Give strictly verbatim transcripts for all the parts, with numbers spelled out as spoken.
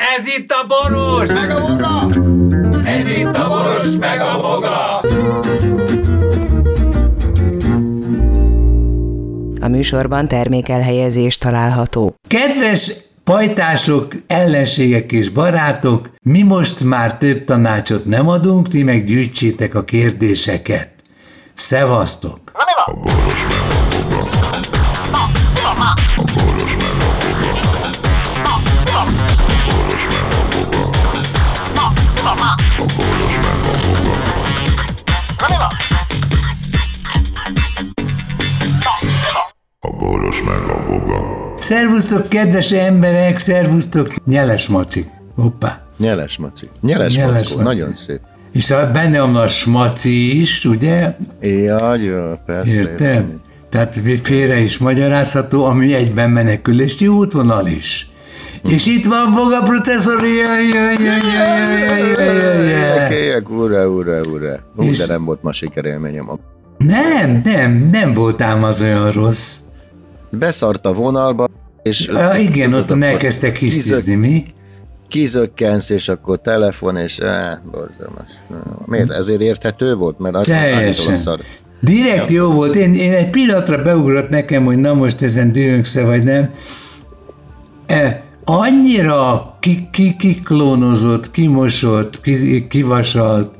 Ez itt a Boros! Meg a Voga! Ez itt a Boros, meg a Voga! A műsorban termékelhelyezés található. Kedves pajtások, ellenségek és barátok, mi most már több tanácsot nem adunk, ti meg gyűjtsétek a kérdéseket. Szevasztok! A Boros meg a Voga. A Boros meg a Voga. A Boros meg a Voga. A Boros meg a Voga. A Boros meg a Voga. Szervusztok, kedves emberek, szervusztok, nyeles macik. Hoppá. Nyeles maci. Nyeles, Nyeles mackó, maci. nagyon szép. És a, benne van a smaci is, ugye? Jaj, jó, persze. Érted? Tehát félre is magyarázható, ami egyben menekülési útvonal is. És itt van Voga professzor, jaj, jaj, jaj, jaj, jaj, jaj, jaj. Kélyek, ura, ura, ura. Hú, És- de nem volt ma sikerélményem. Nem, nem, nem voltám az olyan rossz. Beszart a vonalba, és... Ah, igen, tudod, ott akkor elkezdtek hisztizni, kizök- mi? Kizökkensz, és akkor telefon, és... Á, borzalmas. Miért? Ezért érthető volt? Mert az Teljesen. szar. Direkt jó volt. Én, én egy pillanatra beugrott nekem, hogy na most ezen dühöngsz-e vagy nem. E, annyira ki, ki, kiklónozott, kimosott, ki, kivasalt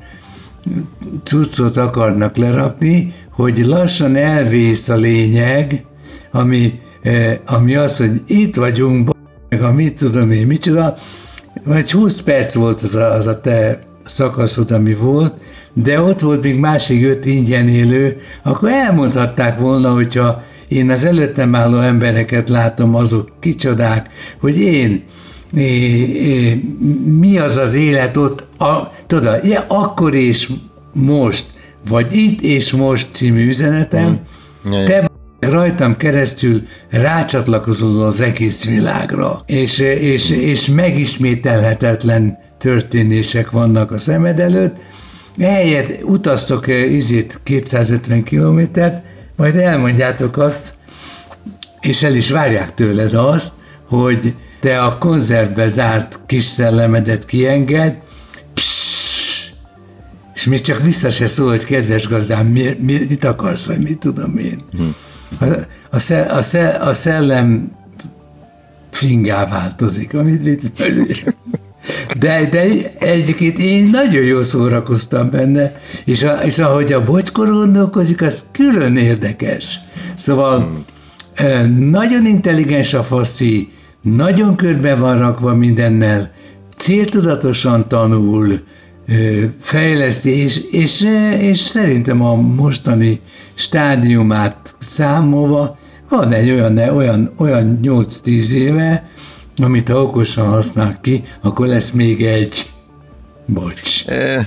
cuccot akarnak lerakni, hogy lassan elvész a lényeg, ami, e, ami az, hogy itt vagyunk, b- meg a mit tudom én, micsoda, vagy húsz perc volt az a, az a te szakaszod, ami volt, de ott volt még másik öt ingyen élő, akkor elmondhatták volna, hogyha én az előttem álló embereket látom, azok kicsodák, hogy én, é, é, mi az az élet ott, a, tudod, ja, akkor és most, vagy itt és most című üzenetem, Mm. te rajtam keresztül rácsatlakozol az egész világra, és, és, és megismételhetetlen történések vannak a szemed előtt, helyett utaztok izét kétszázötven kilométert, majd elmondjátok azt, és el is várják tőled azt, hogy te a konzervbe zárt kis szellemedet kienged, pssss, és még csak vissza se szól, hogy kedves gazdám, mi, mi, mit akarsz, vagy mit tudom én. A, a, szel, a, szel, a szellem fingá változik, amit mit, de, de egyébként én nagyon jól szórakoztam benne, és, a, és ahogy a bocskor gondolkozik, az külön érdekes. Szóval hmm. nagyon intelligens a faszi, nagyon körbe van rakva mindennel, céltudatosan tanul, fejleszti, és, és, és szerintem a mostani stádiumát számolva van egy olyan, olyan, olyan nyolc-tíz éve, amit ha okosan használ ki, akkor lesz még egy bocs. Eh,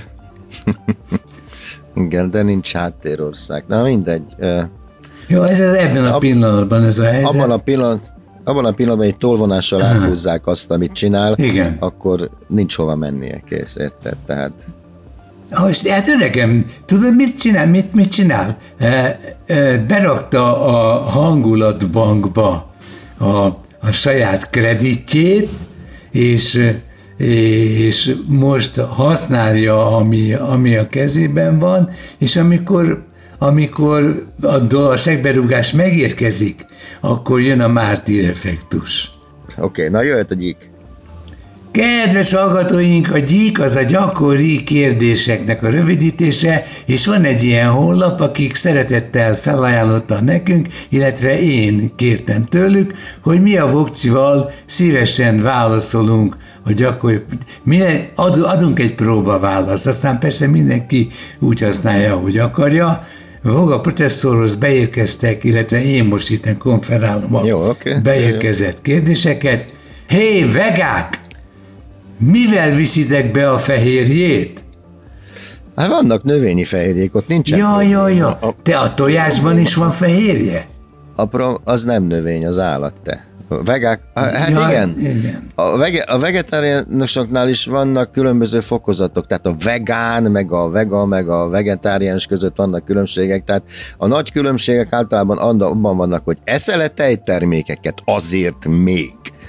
Igen, de nincs háttérország. Na mindegy. Eh, Jó, ez az ebben a pillanatban ez a helyzet. abban a pillanat, abban a pillanatban, hogy tolvonással áthúzzák azt, amit csinál, Igen. akkor nincs hova mennie, kész, érted? Tehát Most, hát öregem, tudod, mit csinál? Mit, mit csinál? E, e, berakta a hangulatbankba a, a saját kreditjét, és, és most használja, ami, ami a kezében van, és amikor, amikor a, a segberúgás megérkezik, akkor jön a mártír effektus. oké, okay, na jöhet a gyík. Kedves hallgatóink, a gyík az a gyakori kérdéseknek a rövidítése, és van egy ilyen honlap, akik szeretettel felajánlotta nekünk, illetve én kértem tőlük, hogy mi a vokcival szívesen válaszolunk a gyakori... Minden, adunk egy próbaválaszt, aztán persze mindenki úgy használja, ahogy akarja. Voga processzorhoz beérkeztek, illetve én most itt konferálom a Jó, okay. beérkezett kérdéseket. Hé, hey, vegák! Mivel viszitek be a fehérjét? Hát vannak növényi fehérjék, ott nincsen. Ja, ja, ja. A, Te a tojásban is van fehérje? a, a, az nem növény, az állat, te. A vegák, hát Ja, igen. igen. A, vege, a vegetáriánusoknál is vannak különböző fokozatok, tehát a vegán, meg a vega, meg a vegetáriánus között vannak különbségek, tehát a nagy különbségek általában abban vannak, hogy eszel-e tejtermékeket azért még.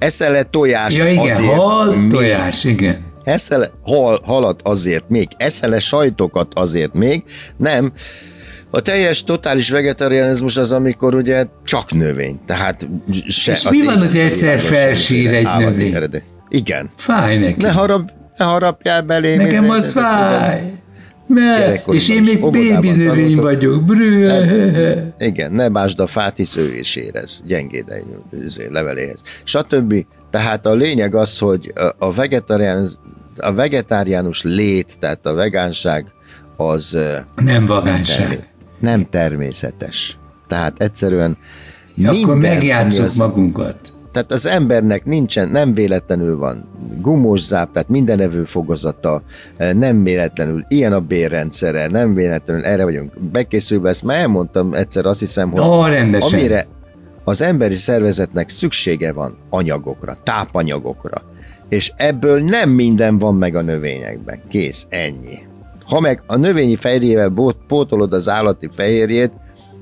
eszel-e tojást Ja, igen, azért hal, még? tojás, igen. Eszel-e hal, halat azért még? Eszel-e sajtokat azért még? Nem. A teljes, totális vegetarianizmus az, amikor ugye csak növény. Tehát se És az mi van, élet hogy egyszer világos felsír semmiféle egy állati növény? eredet. Igen. Fáj neki. Ne, harap, ne harapjál belém. Nekem ezért- az fáj. Mert, Gyerekkorimban és én is még óvodában bébi növény tanultam. vagyok. Brü. Igen, ne básd a fát, hisz ő is érez, gyengédeny leveléhez. Stb. Tehát a lényeg az, hogy a vegetariánus, a vegetáriánus lét, tehát a vegánság, az Nem nem, vagánság. termé- nem természetes. Tehát egyszerűen Ja, akkor minden, ami megjátszuk az- magunkat. Tehát az embernek nincsen, nem véletlenül van gumós záp, tehát minden evő fogozata, nem véletlenül ilyen a bérrendszere, nem véletlenül erre vagyunk bekészülve, ezt már elmondtam egyszer, azt hiszem, hogy Ó, rendesen. amire az emberi szervezetnek szüksége van anyagokra, tápanyagokra, és ebből nem minden van meg a növényekben. Kész, ennyi. Ha meg a növényi fehérjével bó- pótolod az állati fehérjét,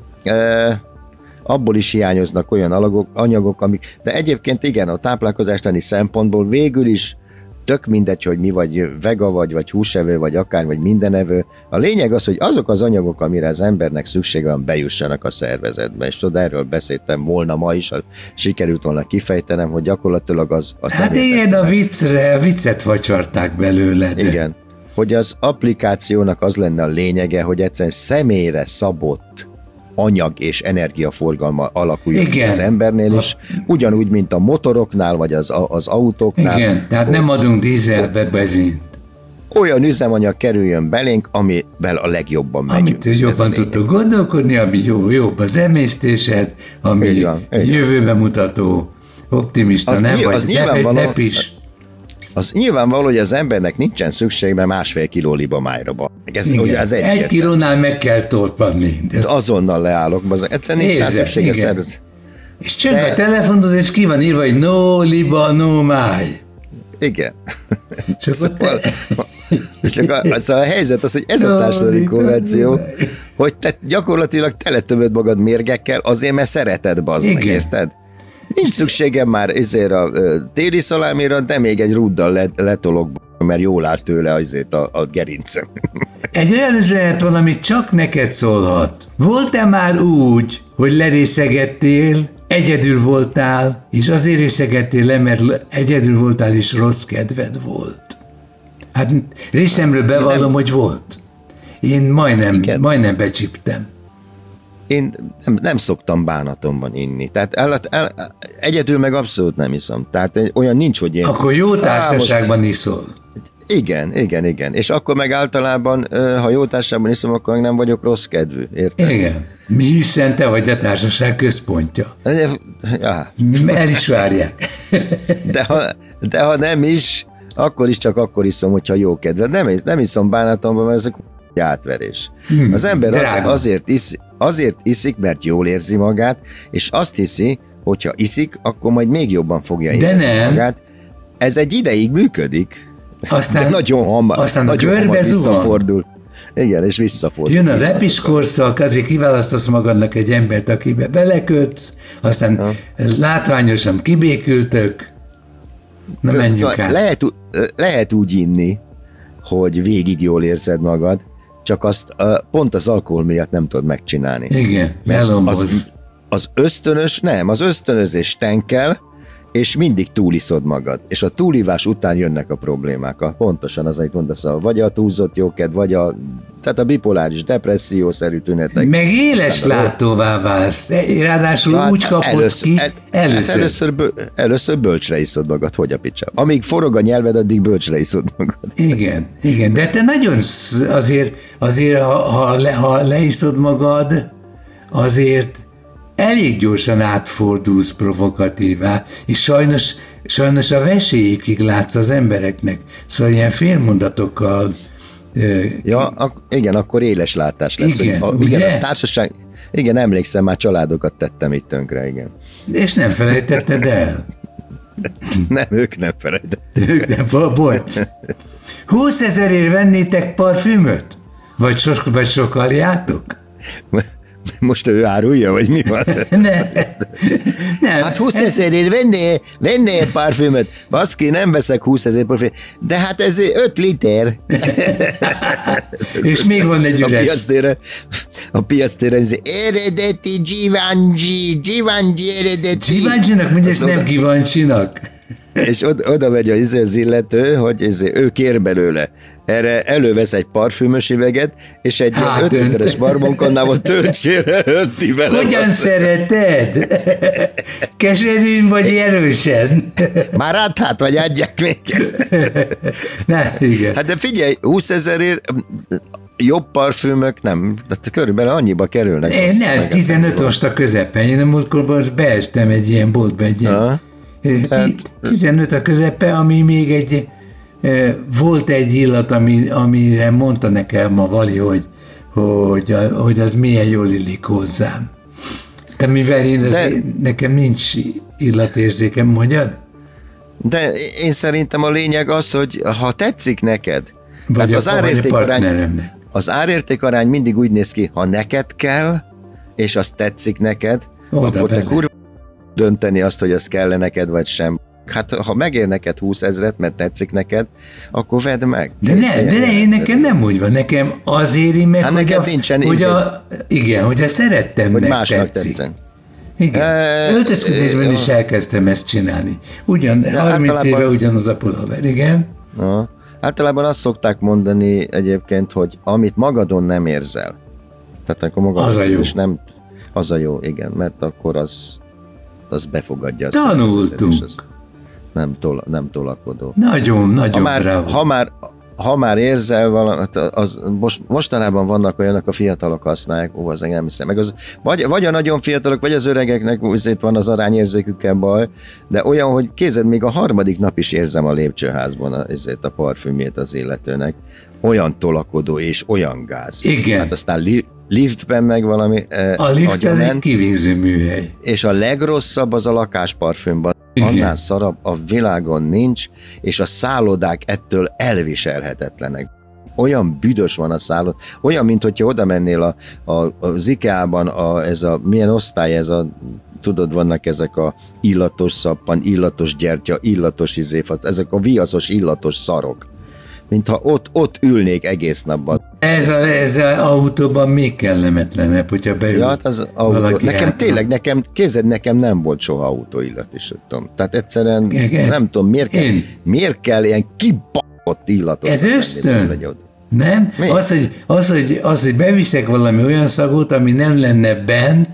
e- abból is hiányoznak olyan alagok, anyagok, amik, de egyébként igen, a táplálkozástani szempontból végül is tök mindegy, hogy mi vagy vega vagy, vagy húsevő, vagy akár, vagy mindenevő. A lényeg az, hogy azok az anyagok, amire az embernek szüksége van, bejussanak a szervezetbe. És tudod, erről beszéltem volna ma is, ha sikerült volna kifejtenem, hogy gyakorlatilag az... Azt Hát nem igen, értettem. a viccre, a viccet vacsarták belőle. De. Igen. Hogy az applikációnak az lenne a lényege, hogy egyszerűen személyre szabott anyag és energiaforgalma alakuljon ki Igen. az embernél is, ugyanúgy, mint a motoroknál, vagy az, az autóknál. Igen, tehát nem adunk dízelbe benzint. Olyan üzemanyag kerüljön belénk, amivel a legjobban megyünk. Amit jobban tudtok gondolkodni, ami jó, jobb az emésztésed, ami Így van, így van. jövőbe mutató, optimista, Az nem nyilv- az vagy, nyilvánvaló- ne, ne is. Az nyilvánvaló, hogy az embernek nincsen szüksége másfél kiló libamájra. ba- Ez Igen. ugye az Egy egyértelmű. kilónál meg kell torpanni. De ez- Azonnal leállok, bazd, egyszerűen nincs rá Érzed, szüksége igen. szervez. És csak De- a telefonod, és ki van írva, hogy no liba, no máj. Igen. És akkor Szóval, te... csak a, az a helyzet az, hogy ez a társadalmi konvenció, hogy te gyakorlatilag teletömöd magad mérgekkel azért, mert szereted, bazd meg, Igen. érted? Nincs szükségem már ezért a ö, téli szalámira, de még egy rúddal le, letolok, mert jól áll tőle azért a, a gerincem. Egy olyan üzenet van, amit csak neked szólhat. Volt-e már úgy, hogy lerészegettél, egyedül voltál, és azért részegettél le, mert egyedül voltál, és rossz kedved volt? Hát részemről bevallom, hogy volt. Én majdnem, Igen. majdnem becsiptem. Én nem, nem szoktam bánatomban inni. Tehát el, el, egyedül meg abszolút nem iszom. Tehát olyan nincs, hogy én... Akkor jó Á, társaságban most- iszol. Igen, igen, igen. És akkor meg általában, ö, ha jó társaságban iszom, akkor meg nem vagyok rossz kedvű, érted? Igen. Mi hiszen te vagy a társaság központja. Ja, El is várják. de, ha, de ha nem is, akkor is csak akkor iszom, hogyha jó kedved. Nem, nem iszom bánatomban, mert ez a k***y átverés. Hmm, Az ember az, drága. azért, isz, azért iszik, mert jól érzi magát, és azt hiszi, hogyha iszik, akkor majd még jobban fogja De érezni nem. magát. Ez egy ideig működik, Aztán, de nagyon hamar, aztán a nagyon hamar körbe zuhan. visszafordul. Igen, és visszafordul. Jön a repis korszak, azért kiválasztasz magadnak egy embert, akibe belekötsz, aztán Ha. látványosan kibékültök. Na menjünk Szóval át. lehet, ú- lehet úgy inni, hogy végig jól érzed magad, csak azt uh, pont az alkohol miatt nem tudod megcsinálni. Igen, Mert elomboz. az, az ösztönös, nem, az ösztönözés tenkel, és mindig túliszod magad. És a túlívás után jönnek a problémák. Pontosan az, amit mondasz, a- vagy a túlzott jókedv, vagy a, tehát a bipoláris depressziószerű tünetek. Meg éles Aztán a- látóvá válsz. Ráadásul Hát úgy kapod először, ki, hát- először. hát először, bő- először bölcsre iszod magad, hogy a picsa. Amíg forog a nyelved, addig bölcsre iszod magad. Igen, igen, de te nagyon sz- azért, azért ha, ha, le, ha leiszod magad, azért elég gyorsan átfordulsz provokatívá, és sajnos, sajnos a vesélyükig látsz az embereknek, szóval ilyen félmondatokkal. ö, Ja, ak- igen, akkor éles látás lesz. Igen, hogy a, ugye? igen, a társaság, igen, emlékszem, már családokat tettem itt tönkre, igen. És nem felejtetted el. Nem, ők nem felejtettek. De bo- bocs. húszezerért vennétek parfümöt? Vagy, so, vagy sokaljátok? Most ő árulja, vagy mi van? Ne, nem. Hát húsz ezerért venné, venné egy parfümöt. Baszki, nem veszek húsz ezer parfümöt. De hát ez öt liter. És még van egy A üres. piasztére, a piasztére ez eredeti Givenchy, Givenchy eredeti. Givenchynak, mindezt nem Givenchynak. És oda, oda megy az, az illető, hogy ez, ő kér belőle. Erre elővesz egy parfümös üveget, és egy Hát, öt literes barbonkonnával töltsére önti vele. Hogyan szereted? Keserűn vagy erősen? Már hát, vagy adják még. Ne, igen. Hát de figyelj, húsz ezerért jobb parfümök nem, de körülbelül annyiba kerülnek. Én nem, tizenöt osta közepen. Én a múltkorban beestem egy ilyen boltba, egy ilyen. Ha? Tehát- tizenöt a közepe, ami még egy, e, volt egy illat, ami, amire mondta nekem ma Vali, hogy, hogy, hogy az milyen jól illik hozzám. De mivel én az, De- nekem nincs illatérzékem, mondjad? De én szerintem a lényeg az, hogy ha tetszik neked, Vagy tehát a, az vagy a árértékarány, partneremnek. az árértékarány mindig úgy néz ki, ha neked kell, és az tetszik neked, Oda akkor te bele. kurva dönteni azt, hogy az kell neked, vagy sem. Hát ha megér neked húsz ezret, mert tetszik neked, akkor vedd meg. De, És ne, ilyen de ne, én egyszerű. nekem nem úgy van, nekem az éri meg, Hát hogy, neked a, nincsen hogy ízed. a, igen, hogy a szerettemnek Hogy másnak tetszik. tetszen. Igen. E, Öltözködésben e, is elkezdtem ezt csinálni. Ugyan, harminc általában- éve ugyanaz a pulóver, igen. Aha. Általában azt szokták mondani egyébként, hogy amit magadon nem érzel, tehát akkor magadon Az a jó. és nem, az a jó, igen, mert akkor az, az befogadja. a Tanultunk. szervezetet, és az Nem, tol, nem tolakodó. Nagyon, Ha nagyon már, bravo. ha már ha már érzel valamit, az most, mostanában vannak olyanok, a fiatalok használják, ó, az nem hiszem, meg az, vagy, vagy a nagyon fiatalok, vagy az öregeknek azért van az arányérzékükkel baj, de olyan, hogy kézed, még a harmadik nap is érzem a lépcsőházban a, ezért a parfümét az illetőnek, olyan tolakodó és olyan gáz. Igen. Hát aztán li, liftben meg valami eh, A lift az egy agyament, kivégző műhely. és a legrosszabb az a lakásparfümban. Igen. Annál szarabb a világon nincs, és a szállodák ettől elviselhetetlenek. Olyan büdös van a szállod, olyan, mint hogyha oda mennél a, a, az IKEA-ban, a, ez a, milyen osztály ez a, tudod, vannak ezek a illatos szappan, illatos gyertya, illatos izéfat, ezek a viaszos illatos szarok. Mintha ott, ott ülnék egész napban. Ez a, ez a autóban még kellemetlenebb, hogyha beül Ja, hát az autó. valaki Nekem hátra. tényleg, nekem, képzeld, nekem nem volt soha autóillat is, tudom. Tehát egyszerűen Igen. nem tudom, miért kell, Én. miért kell ilyen kibaszott illatot. Ez venni, ösztön. vagy ott. Nem? Mi? Az hogy, az, hogy, az, hogy beviszek valami olyan szagot, ami nem lenne bent,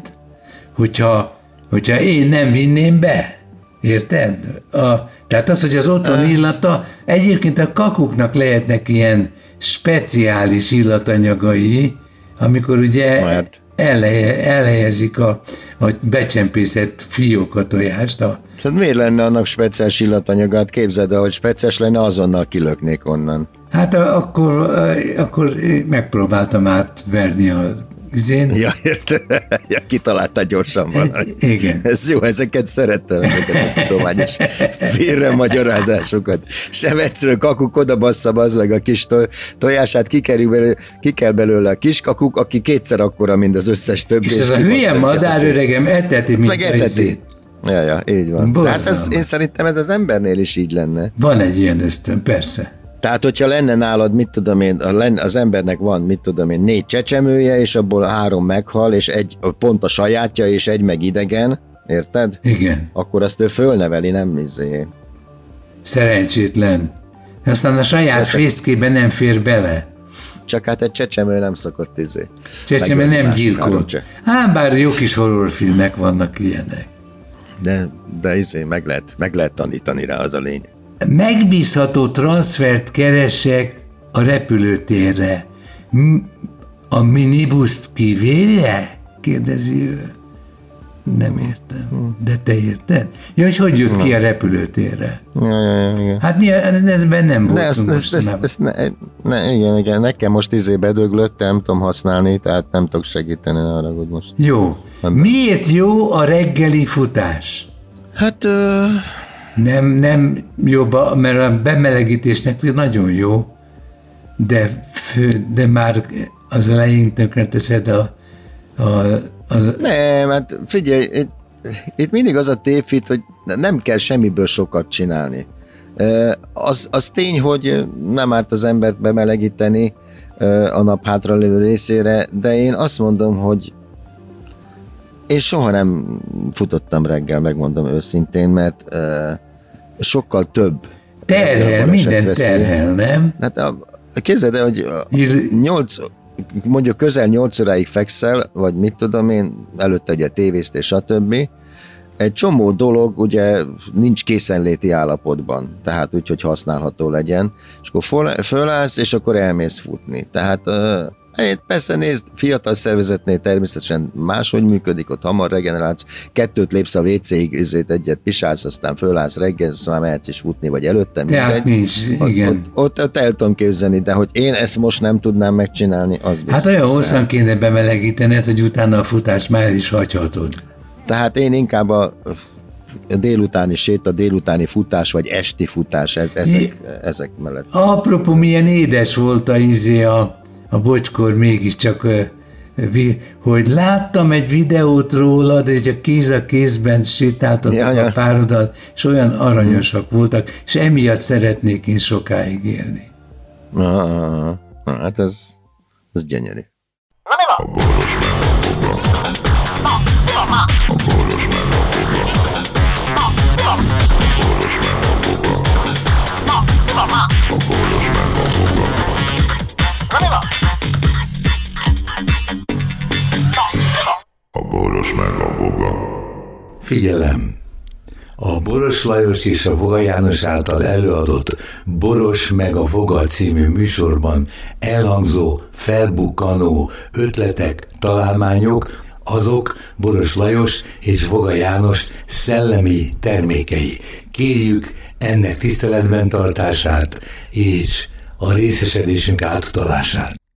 hogyha, hogyha én nem vinném be. Érted? A, tehát az, hogy az otthon illata, egyébként a kakuknak lehetnek ilyen speciális illatanyagai, amikor ugye Mert? elhelye, elhelyezik a, a becsempészett fióka tojást. A, Tehát miért lenne annak speciális illatanyagát? Képzeld el, hogy speciális lenne, azonnal kilöknék onnan. hát a, akkor, a, akkor megpróbáltam átverni az izén. Ja, érted? Ja, kitaláltál gyorsan valahogy. Igen. Ez jó, ezeket szerettem, ezeket a tudományos félremagyarázásokat. Sem egyszerűen kakuk oda bassza az meg a kis to- tojását, kikerül belőle, ki kell belőle a kis kakuk, aki kétszer akkora, mint az összes többi. És ez a hülye madáröregem eteti, mint meg a eteti. izét. Ja, ja, így van. Borzalmas. Tehát ez, én szerintem ez az embernél is így lenne. Van egy ilyen ösztön, persze. Tehát, hogyha lenne nálad, mit tudom én, a len- az embernek van, mit tudom én, négy csecsemője, és abból három meghal, és egy pont a sajátja, és egy meg idegen, érted? Igen. Akkor azt ő fölneveli, nem izé. Szerencsétlen. Aztán a saját fészkébe nem fér bele. Csak hát egy csecsemő nem szokott izé. Csecsemő megölni nem másik gyilkol. három cse- Ám bár jó kis horrorfilmek vannak ilyenek. De, de izé, meg lehet, meg lehet tanítani rá, az a lényeg. Megbízható transfert keresek a repülőtérre. M- A minibuszt kivéve? Kérdezi ő. Nem értem. De te érted? Ja, hogy hogy jött ki a repülőtérre? Ja, ja, ja, igen. Hát mi, ezben nem De voltunk ezt, ezt, ezt, mostanában. ezt ne, ne, igen, igen, nekem most izé bedöglött, nem tudom használni, tehát nem tudok segíteni, ne haragudj most. Jó. Miért jó a reggeli futás? Hát, ö, Nem, nem jobb, a- mert a bemelegítésnek nagyon jó, de, fő, de már az elején tönkreteszed a, a, az... Nem, hát figyelj, itt, itt mindig az a tévhit, hogy nem kell semmiből sokat csinálni. Az, az tény, hogy nem árt az embert bemelegíteni a nap hátralévő részére, de én azt mondom, hogy én soha nem futottam reggel, megmondom őszintén, mert sokkal több terhel, minden terhel, nem? Hát a, képzeld el, hogy nyolc, mondjuk közel nyolc óráig fekszel, vagy mit tudom én, előtte ugye tévéztés, stb. Egy csomó dolog ugye nincs készenléti állapotban, tehát úgy, hogy használható legyen, és akkor föl, fölállsz, és akkor elmész futni. Tehát uh, persze nézd, fiatal szervezetnél természetesen máshogy működik, ott hamar regenerálsz, kettőt lépsz a vécéig, ezért egyet pisálsz, aztán fölállsz reggel, már mehetsz is futni, vagy előtte, mindegy. Nincs, igen. Ott, ott, ott el tudom képzelni, de hogy én ezt most nem tudnám megcsinálni, az biztos. Hát olyan hosszan kéne bemelegítened, hogy utána a futást már is hagyhatod. Tehát én inkább a délutáni séta, délutáni futás, vagy esti futás, ez, ezek, ezek mellett. Apropó, milyen édes volt a izé a, a bocskor mégiscsak, hogy láttam egy videót rólad, hogy a kéz a kézben sétáltatok ja, ja. a párodat, és olyan aranyosak hmm. voltak, és emiatt szeretnék én sokáig élni. Ah, ah, hát ez, ez gyönyörű. A boros meg a boga. A boros meg a boga. A boros meg a boga. A boros meg a boga. A boros meg a boga. Figyelem! A Boros Lajos és a Voga János által előadott Boros meg a Voga című műsorban elhangzó, felbukkanó ötletek, találmányok, azok Boros Lajos és Voga János szellemi termékei. Kérjük ennek tiszteletben tartását és a részesedésünk átutalását.